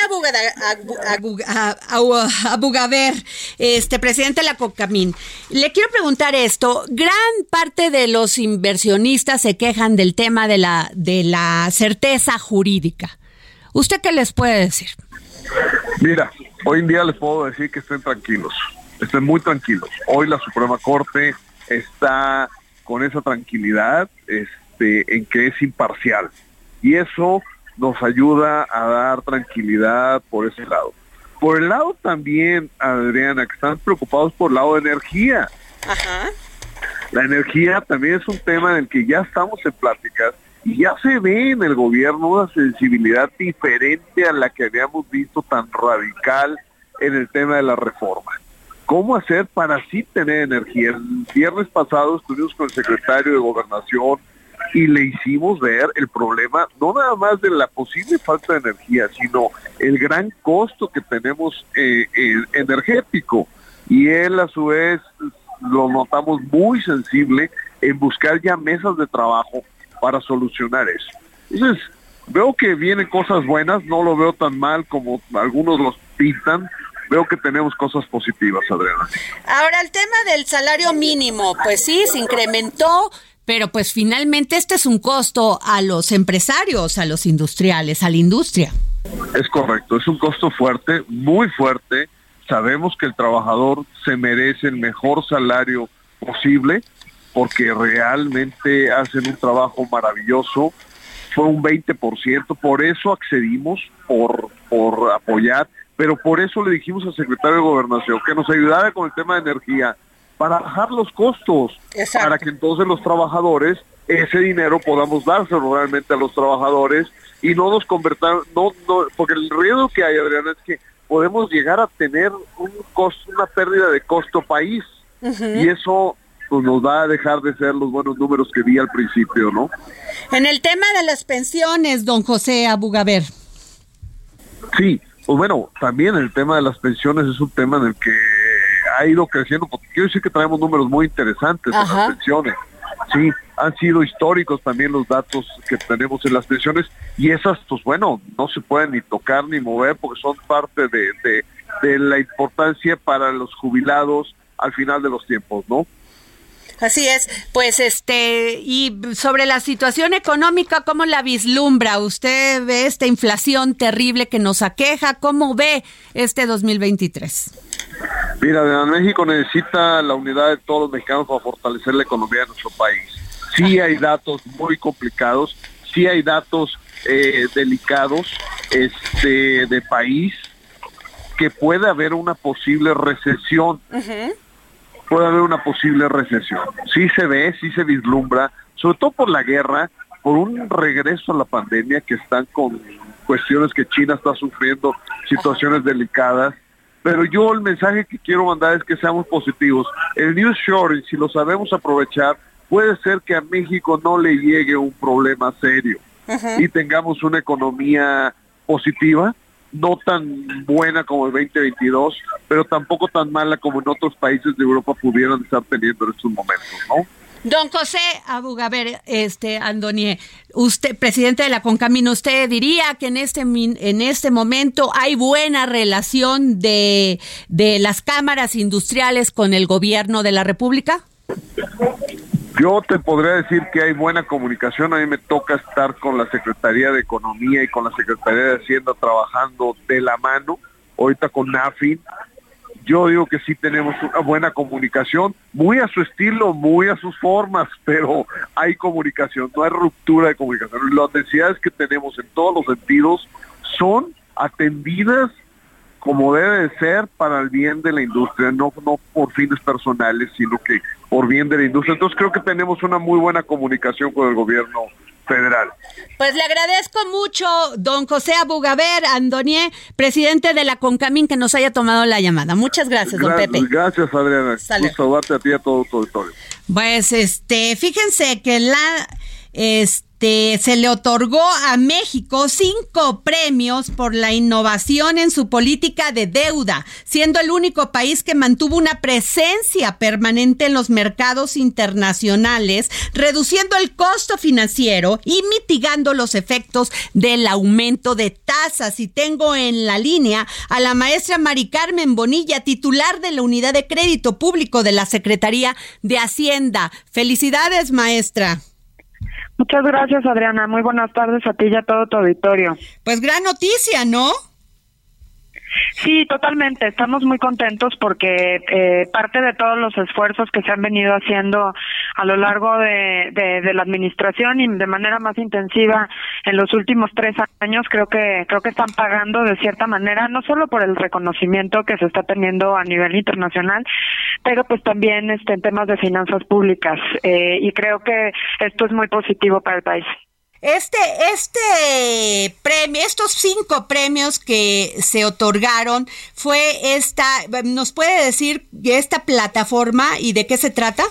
Abugaber, este presidente de la CONCAMIN, le quiero preguntar esto. Gran parte de los inversionistas se quejan del tema de la, de la certeza jurídica. ¿Usted qué les puede decir? Mira, hoy en día les puedo decir que estén tranquilos, estén muy tranquilos. Hoy la Suprema Corte está con esa tranquilidad este, en que es imparcial. Y eso nos ayuda a dar tranquilidad por ese lado. Por el lado también, Adriana, que están preocupados por el lado de energía. Ajá. La energía también es un tema en el que ya estamos en pláticas y ya se ve en el gobierno una sensibilidad diferente a la que habíamos visto tan radical en el tema de la reforma. cómo hacer para así tener energía. El viernes pasado estuvimos con el secretario de Gobernación y le hicimos ver el problema, no nada más de la posible falta de energía, sino el gran costo que tenemos eh, eh, energético. Y él a su vez lo notamos muy sensible en buscar ya mesas de trabajo para solucionar eso. Entonces, veo que vienen cosas buenas, no lo veo tan mal como algunos los pintan. Veo que tenemos cosas positivas, Adriana. Ahora, el tema del salario mínimo, pues sí, se incrementó, pero pues finalmente este es un costo a los empresarios, a los industriales, a la industria. Es correcto, es un costo fuerte, muy fuerte. Sabemos que el trabajador se merece el mejor salario posible porque realmente hacen un trabajo maravilloso. Fue un veinte por ciento, por eso accedimos, por, por apoyar, pero por eso le dijimos al secretario de Gobernación que nos ayudara con el tema de energía para bajar los costos. Exacto. Para que entonces los trabajadores, ese dinero podamos dárselo realmente a los trabajadores y no nos convertir, no, no, porque el riesgo que hay, Adriana, es que podemos llegar a tener un costo, una pérdida de costo país, uh-huh. y eso pues nos va a dejar de ser los buenos números que vi al principio, ¿no? En el tema de las pensiones, don José Abugaber. Sí, pues bueno, también el tema de las pensiones es un tema en el que ha ido creciendo, porque quiero decir que traemos números muy interesantes. Ajá. En las pensiones. Sí, han sido históricos también los datos que tenemos en las pensiones, y esas, pues bueno, no se pueden ni tocar ni mover porque son parte de, de, de la importancia para los jubilados al final de los tiempos, ¿no? Así es, pues este, y sobre la situación económica, ¿cómo la vislumbra? ¿Usted ve esta inflación terrible que nos aqueja? ¿Cómo ve este dos mil veintitrés? Mira, México necesita la unidad de todos los mexicanos para fortalecer la economía de nuestro país. Sí hay datos muy complicados, sí hay datos eh, delicados este, de país, que puede haber una posible recesión. Uh-huh. Puede haber una posible recesión. Sí se ve, sí se vislumbra, sobre todo por la guerra, por un regreso a la pandemia, que están con cuestiones que China está sufriendo, situaciones delicadas. Pero yo el mensaje que quiero mandar es que seamos positivos. El nearshoring, si lo sabemos aprovechar, puede ser que a México no le llegue un problema serio, uh-huh. y tengamos una economía positiva, no tan buena como el veinte veintidós, pero tampoco tan mala como en otros países de Europa pudieran estar teniendo en estos momentos, ¿no? Don José Abugaber, este, Andonié, usted, presidente de la CONCAMIN, ¿usted diría que en este en este momento hay buena relación de, de las cámaras industriales con el gobierno de la República? Yo te podría decir que hay buena comunicación. A mí me toca estar con la Secretaría de Economía y con la Secretaría de Hacienda trabajando de la mano, ahorita con NAFIN. Yo digo que sí tenemos una buena comunicación, muy a su estilo, muy a sus formas, pero hay comunicación, no hay ruptura de comunicación. Las necesidades que tenemos en todos los sentidos son atendidas como debe de ser para el bien de la industria, no, no por fines personales, sino que por bien de la industria. Entonces creo que tenemos una muy buena comunicación con el gobierno federal. Pues le agradezco mucho, don José Abugaber, Andonié, presidente de la CONCAMIN, que nos haya tomado la llamada. Muchas gracias, don gracias, Pepe. Gracias, Adriana. Un saludarte a ti y a todo tu auditorio. Pues, este, fíjense que la, este, se le otorgó a México cinco premios por la innovación en su política de deuda, siendo el único país que mantuvo una presencia permanente en los mercados internacionales, reduciendo el costo financiero y mitigando los efectos del aumento de tasas. Y tengo en la línea a la maestra Mari Carmen Bonilla, titular de la Unidad de Crédito Público de la Secretaría de Hacienda. Felicidades, maestra. Muchas gracias, Adriana. Muy buenas tardes a ti y a todo tu auditorio. Pues gran noticia, ¿no? Sí, totalmente. Estamos muy contentos porque eh, parte de todos los esfuerzos que se han venido haciendo a lo largo de, de, de la administración y de manera más intensiva en los últimos tres años, creo que creo que están pagando de cierta manera, no solo por el reconocimiento que se está teniendo a nivel internacional, pero pues también este, en temas de finanzas públicas. Eh, y creo que esto es muy positivo para el país. Este, este premio, estos cinco premios que se otorgaron, fue esta, ¿nos puede decir esta plataforma y de qué se trata?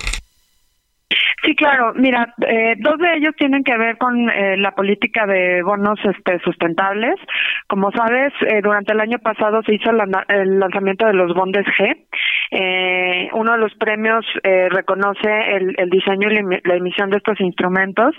Sí, claro. Mira, eh, dos de ellos tienen que ver con eh, la política de bonos este, sustentables. Como sabes, eh, durante el año pasado se hizo la, el lanzamiento de los bondes G. Eh, uno de los premios eh, reconoce el, el diseño y la emisión de estos instrumentos.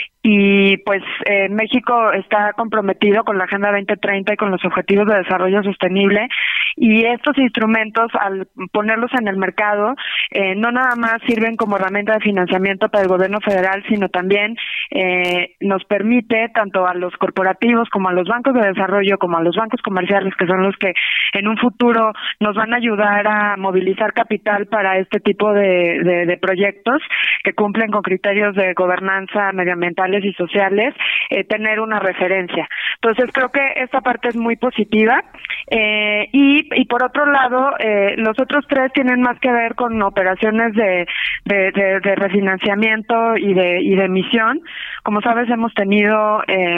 Y pues eh, México está comprometido con la Agenda veinte treinta y con los Objetivos de Desarrollo Sostenible, y estos instrumentos, al ponerlos en el mercado, eh, no nada más sirven como herramienta de financiamiento para el gobierno federal, sino también eh, nos permite tanto a los corporativos como a los bancos de desarrollo como a los bancos comerciales, que son los que en un futuro nos van a ayudar a movilizar capital para este tipo de, de, de proyectos que cumplen con criterios de gobernanza medioambiental y sociales, eh, tener una referencia. Entonces creo que esta parte es muy positiva, eh, y, y por otro lado eh, los otros tres tienen más que ver con operaciones de, de, de, de refinanciamiento y de, y de emisión. Como sabes, hemos tenido eh,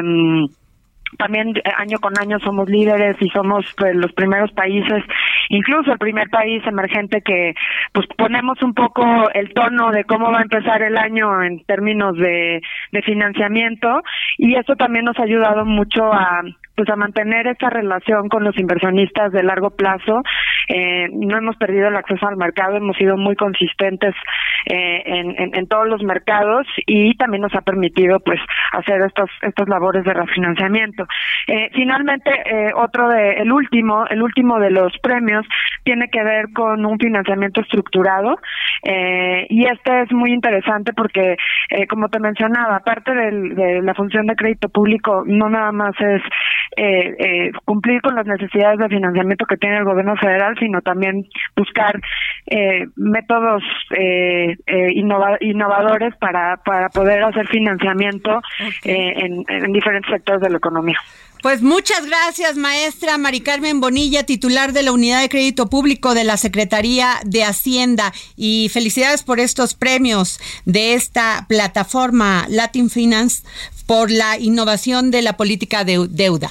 también año con año somos líderes y somos pues, los primeros países, incluso el primer país emergente que pues ponemos un poco el tono de cómo va a empezar el año en términos de, de financiamiento, y eso también nos ha ayudado mucho a pues a mantener esta relación con los inversionistas de largo plazo. Eh, no hemos perdido el acceso al mercado, hemos sido muy consistentes eh, en, en, en todos los mercados, y también nos ha permitido pues hacer estas estas labores de refinanciamiento. Eh, finalmente, eh, otro de el último el último de los premios tiene que ver con un financiamiento estructurado, eh, y este es muy interesante porque, eh, como te mencionaba, aparte del, de la función de crédito público, no nada más es Eh, eh, cumplir con las necesidades de financiamiento que tiene el gobierno federal, sino también buscar eh, métodos eh, eh, innova, innovadores para, para poder hacer financiamiento okay. eh, en, en diferentes sectores de la economía. Pues muchas gracias, maestra Mari Carmen Bonilla, titular de la Unidad de Crédito Público de la Secretaría de Hacienda, y felicidades por estos premios de esta plataforma Latin Finance por la innovación de la política de deuda.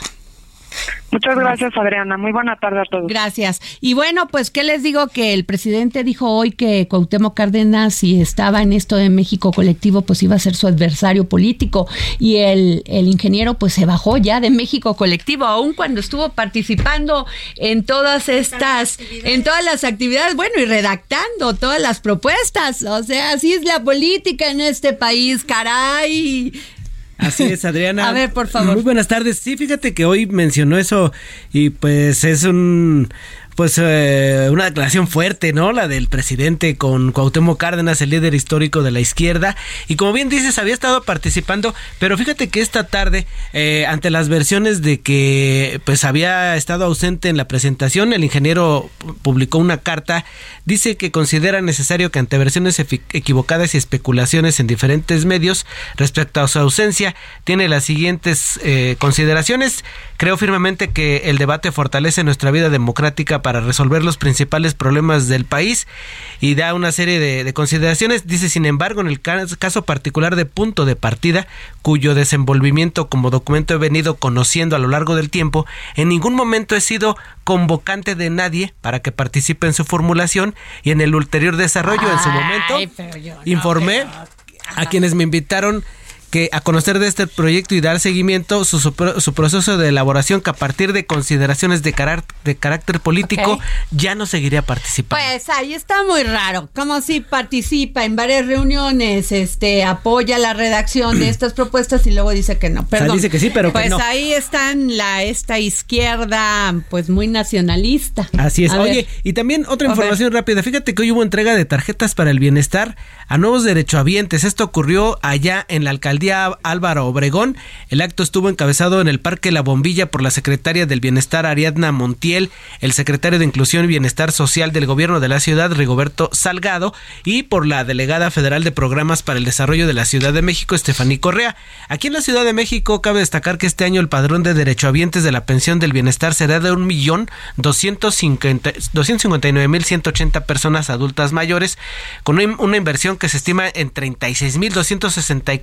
Muchas gracias, Adriana. Muy buena tarde a todos. Gracias. Y bueno, pues, ¿qué les digo? Que el presidente dijo hoy que Cuauhtémoc Cárdenas, si estaba en esto de México Colectivo, pues iba a ser su adversario político. Y el, el ingeniero, pues, se bajó ya de México Colectivo, aun cuando estuvo participando en todas estas, en todas las actividades, bueno, y redactando todas las propuestas. O sea, así es la política en este país, caray. Así es, Adriana. A ver, por favor. Muy buenas tardes. Sí, fíjate que hoy mencionó eso y pues es un... Pues eh, una declaración fuerte, ¿no? La del presidente con Cuauhtémoc Cárdenas, el líder histórico de la izquierda. Y como bien dices, había estado participando, pero fíjate que esta tarde, eh, ante las versiones de que pues había estado ausente en la presentación, el ingeniero publicó una carta. Dice que considera necesario que ante versiones equivocadas y especulaciones en diferentes medios respecto a su ausencia, tiene las siguientes eh, consideraciones. Creo firmemente que el debate fortalece nuestra vida democrática para resolver los principales problemas del país, y da una serie de, de consideraciones. Dice, sin embargo, en el caso particular de Punto de Partida, cuyo desenvolvimiento como documento he venido conociendo a lo largo del tiempo, en ningún momento he sido convocante de nadie para que participe en su formulación, y en el ulterior desarrollo en su momento Ay, no, informé pero... a quienes me invitaron que a conocer de este proyecto y dar seguimiento su, su, su proceso de elaboración, que a partir de consideraciones de, carar, de carácter político okay. ya no seguiría participando. Pues ahí está muy raro, como si participa en varias reuniones, este apoya la redacción de estas propuestas y luego dice que no. Perdón. O sea, dice que sí, pero pues que no. Pues ahí están la esta izquierda pues muy nacionalista. Así es. A Oye, ver. y también otra A información ver. rápida. Fíjate que hoy hubo entrega de tarjetas para el bienestar a nuevos derechohabientes. Esto ocurrió allá en la alcaldía Álvaro Obregón. El acto estuvo encabezado en el Parque La Bombilla por la secretaria del Bienestar Ariadna Montiel, el secretario de Inclusión y Bienestar Social del Gobierno de la Ciudad Rigoberto Salgado, y por la delegada federal de Programas para el Desarrollo de la Ciudad de México, Estefaní Correa. Aquí en la Ciudad de México cabe destacar que este año el padrón de derechohabientes de la pensión del bienestar será de un millón doscientos cincuenta y nueve mil ciento ochenta personas adultas mayores, con una inversión que se estima en treinta y seis mil doscientos sesenta y cuatro millones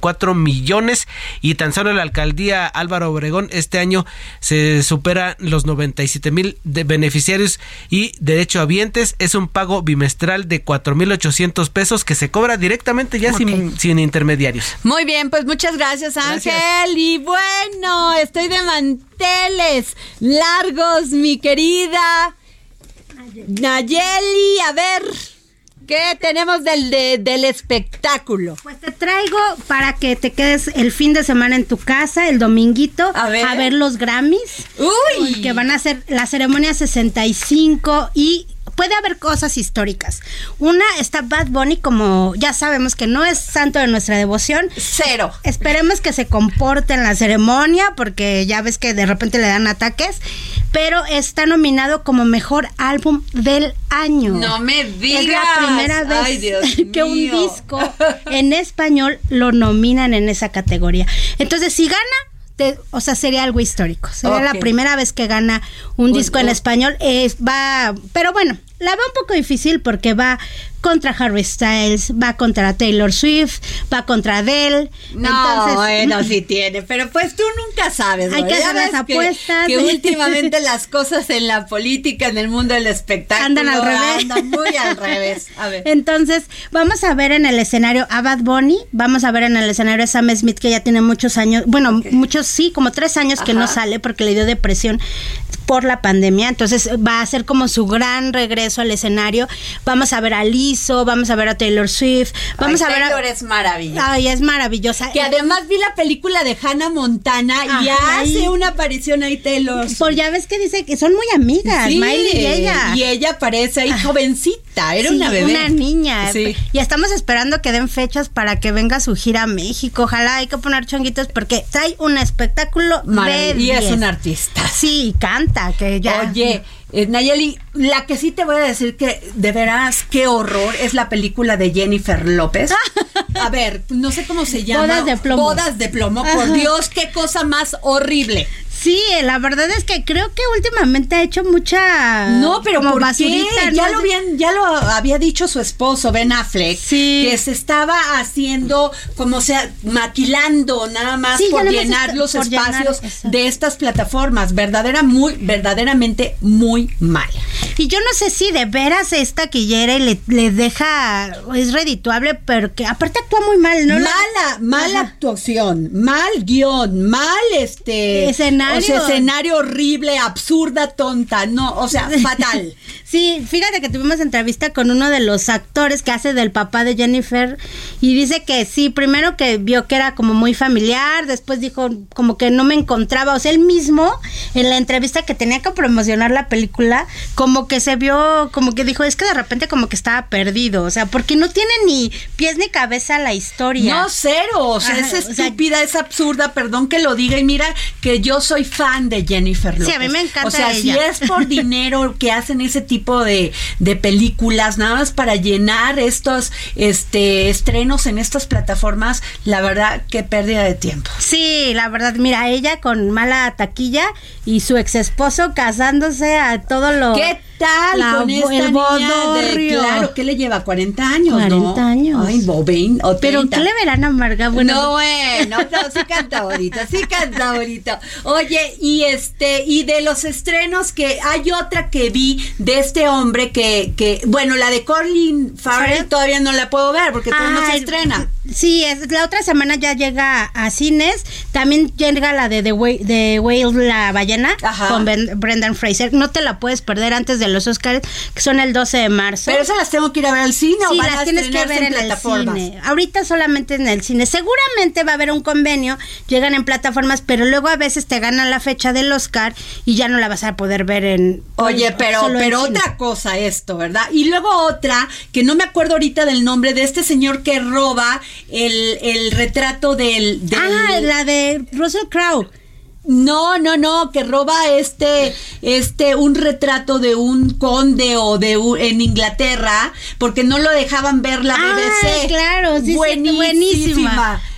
millones y tan solo la alcaldía Álvaro Obregón este año se supera los noventa y siete mil de beneficiarios y derechohabientes. Es un pago bimestral de cuatro mil ochocientos pesos que se cobra directamente ya okay. sin, sin intermediarios. Muy bien, pues muchas gracias, Ángel. Gracias. Y bueno, estoy de manteles largos, mi querida Nayeli. A ver, ¿qué tenemos del, de, del espectáculo? Pues te traigo para que te quedes el fin de semana en tu casa, el dominguito, a ver, a ver los Grammys. Uy. Que van a hacer la ceremonia sesenta y cinco y puede haber cosas históricas. Una está Bad Bunny, como ya sabemos que no es santo de nuestra devoción. Cero. Esperemos que se comporte en la ceremonia, porque ya ves que de repente le dan ataques. Pero está nominado como mejor álbum del año. No me digas. Es la primera vez Ay, Dios que mío. un disco en español lo nominan en esa categoría. Entonces, si gana, Te, o sea, sería algo histórico. Sería okay. la primera vez que gana un disco uh, uh. en español. Es, va, pero bueno, la va un poco difícil porque va contra Harry Styles, va contra Taylor Swift, va contra Adele. No, entonces, bueno, sí tiene, pero pues tú nunca sabes. Hay ¿no? que hacer las apuestas. Que, que últimamente las cosas en la política, en el mundo del espectáculo, andan al revés. Andan muy al revés. A ver. Entonces, vamos a ver en el escenario a Bad Bunny, vamos a ver en el escenario a Sam Smith, que ya tiene muchos años, bueno, okay. muchos sí, como tres años Ajá. que no sale porque le dio depresión por la pandemia. Entonces va a ser como su gran regreso al escenario. Vamos a ver a Lizzo, vamos a ver a Taylor Swift, vamos Ay, a ver Taylor a... es maravillosa. Ay, es maravillosa. Que además vi la película de Hannah Montana y Ajá, hace una aparición ahí Taylor Swift. Por ya ves que dice que son muy amigas, sí, Miley y ella. Y ella parece ahí jovencita, era sí, una bebé. una niña. Sí. Y estamos esperando que den fechas para que venga su gira a México. Ojalá, hay que poner chonguitos porque trae un espectáculo de y es un artista. Sí, canta, que ya... Oye, eh, Nayeli, la que sí te voy a decir que de veras qué horror es la película de Jennifer López. A ver, no sé cómo se llama. Bodas de plomo. Bodas de plomo, por Ajá. Dios, qué cosa más horrible. Sí, la verdad es que creo que últimamente ha hecho mucha No, pero como ¿por basurita, qué? ¿no? Ya lo habían, ya lo había dicho su esposo Ben Affleck, sí. que se estaba haciendo como sea maquilando nada más sí, por nada llenar más los por espacios llenar, de estas plataformas, verdadera muy verdaderamente muy mal. Y yo no sé si de veras es taquillera y le, le deja, es redituable, pero que aparte actúa muy mal, ¿no? Mala, mala Ajá. actuación, mal guión, mal este escenario. O sea, escenario horrible, absurda, tonta, no, o sea, fatal. Sí, fíjate que tuvimos entrevista con uno de los actores que hace del papá de Jennifer y dice que sí, primero que vio que era como muy familiar, después dijo como que no me encontraba, o sea, él mismo en la entrevista que tenía que promocionar la película, como que se vio, como que dijo, es que de repente como que estaba perdido, o sea, porque no tiene ni pies ni cabeza la historia. No, cero, o sea, Ajá, es estúpida, o sea, es absurda, perdón que lo diga, y mira que yo soy fan de Jennifer López. Sí, a mí me encanta O sea, ella. si es por dinero que hacen ese tipo de, de películas, nada más para llenar estos este estrenos en estas plataformas, la verdad, qué pérdida de tiempo. Sí, la verdad, mira, ella con mala taquilla y su ex esposo casándose a todo lo... ¿Qué tal la, con esta el niña de, claro, ¿qué le lleva? cuarenta años, cuarenta ¿no? años. Ay, o veinte, o Pero ¿qué le verán a Marga? Bueno, no, bueno, no, sí canta bonito, sí canta bonito. Oye, y este, y de los estrenos que hay otra que vi de este hombre que, que bueno, la de Colin Farrell ¿Sí? todavía no la puedo ver porque todavía no se estrena. Sí, es, la otra semana ya llega a cines, también llega la de The Whale, de Whale la ballena, Ajá. con ben, Brendan Fraser, no te la puedes perder antes de los Oscars, que son el doce de marzo. Pero esas las tengo que ir a ver al cine, sí, o van las a tienes que ver en, en el cine. Ahorita solamente en el cine. Seguramente va a haber un convenio, llegan en plataformas, pero luego a veces te ganan la fecha del Oscar y ya no la vas a poder ver en... Oye, pero pero otra cosa esto, ¿verdad? Y luego otra, que no me acuerdo ahorita del nombre, de este señor que roba el, el retrato del, del... Ah, la de Russell Crowe. No, no, no, que roba este, este, un retrato de un conde o de un, en Inglaterra, porque no lo dejaban ver la B B C. Ah, claro, sí, buenísima. buenísima.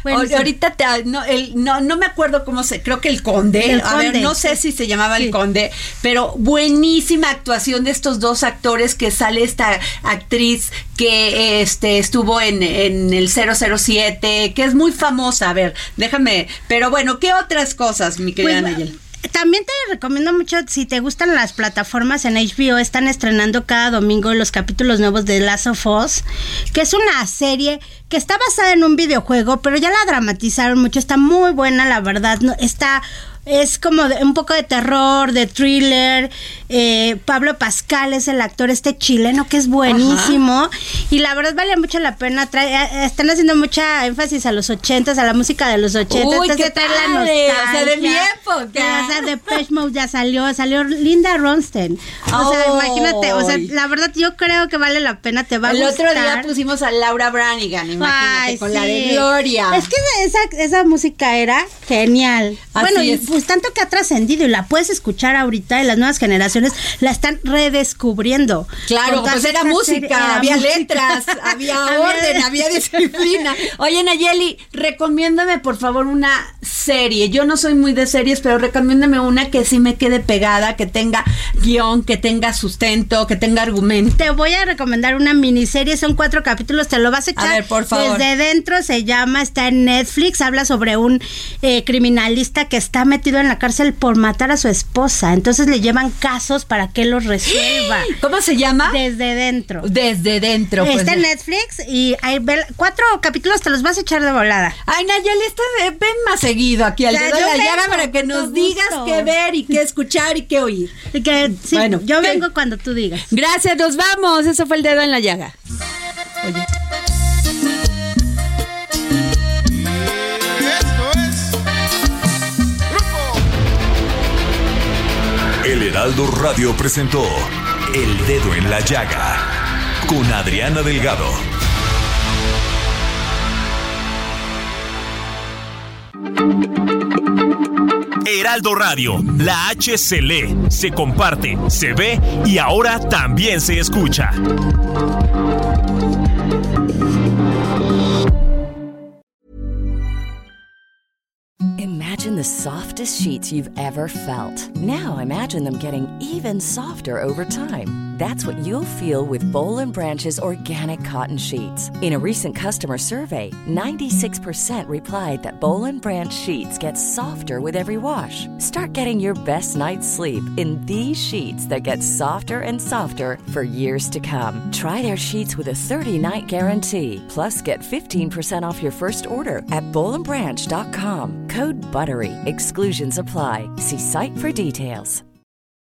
Bueno, sí. Ahorita te, no, el, no, no me acuerdo cómo se, creo que el Conde, el a Conde, ver, no sí. sé si se llamaba sí. el Conde, pero buenísima actuación de estos dos actores, que sale esta actriz que este estuvo en, en el cero cero siete, que es muy famosa. A ver, déjame, pero bueno, ¿qué otras cosas, mi querida pues, Nayel? También te recomiendo mucho, si te gustan las plataformas, en H B O están estrenando cada domingo los capítulos nuevos de Last of Us, que es una serie que está basada en un videojuego, pero ya la dramatizaron mucho, está muy buena, la verdad, no, está... Es como de, un poco de terror, de thriller. Eh, Pablo Pascal es el actor este chileno que es buenísimo. Ajá. Y la verdad vale mucho la pena. Trae, están haciendo mucha énfasis a los ochentas, a la música de los ochentas. Uy, qué trae padre, la nostalgia. o sea, de mi época. O sea, Depeche Mode ya salió, salió Linda Ronstadt. O sea, oh. imagínate, o sea, la verdad yo creo que vale la pena, te va a el gustar. El otro día pusimos a Laura Branigan, imagínate, Ay, con sí. la de Gloria. Es que esa, esa música era genial. Así bueno, es. Y pues tanto que ha trascendido y la puedes escuchar ahorita y las nuevas generaciones la están redescubriendo. Claro, pues era música, era había música. letras, había orden, había disciplina. Oye, Nayeli, recomiéndame por favor una serie. Yo no soy muy de series, pero recomiéndame una que sí me quede pegada, que tenga guión, que tenga sustento, que tenga argumento. Te voy a recomendar una miniserie, son cuatro capítulos, te lo vas a echar. A ver, por favor. Desde dentro, se llama, está en Netflix, habla sobre un eh, criminalista que está metido en la cárcel por matar a su esposa. Entonces le llevan casos para que los resuelva. ¿Cómo se llama? Desde dentro. Desde dentro. Está pues, en Netflix y hay cuatro capítulos, te los vas a echar de volada. Ay, Nayeli, esta, ven más seguido aquí al dedo de la llaga para que nos gusto. digas qué ver y qué escuchar y qué oír. Y que, sí, bueno, yo ¿qué? vengo cuando tú digas. Gracias, nos vamos. Eso fue el dedo en la llaga. Oye. El Heraldo Radio presentó El Dedo en la Llaga con Adriana Delgado. Heraldo Radio, la H se lee, se comparte, se ve y ahora también se escucha. Imagine the softest sheets you've ever felt. Now imagine them getting even softer over time. That's what you'll feel with Boll and Branch's organic cotton sheets. In a recent customer survey, ninety-six percent replied that Boll and Branch sheets get softer with every wash. Start getting your best night's sleep in these sheets that get softer and softer for years to come. Try their sheets with a thirty-night guarantee. Plus, get fifteen percent off your first order at boll and branch dot com. Code BUTTERY. Exclusions apply. See site for details.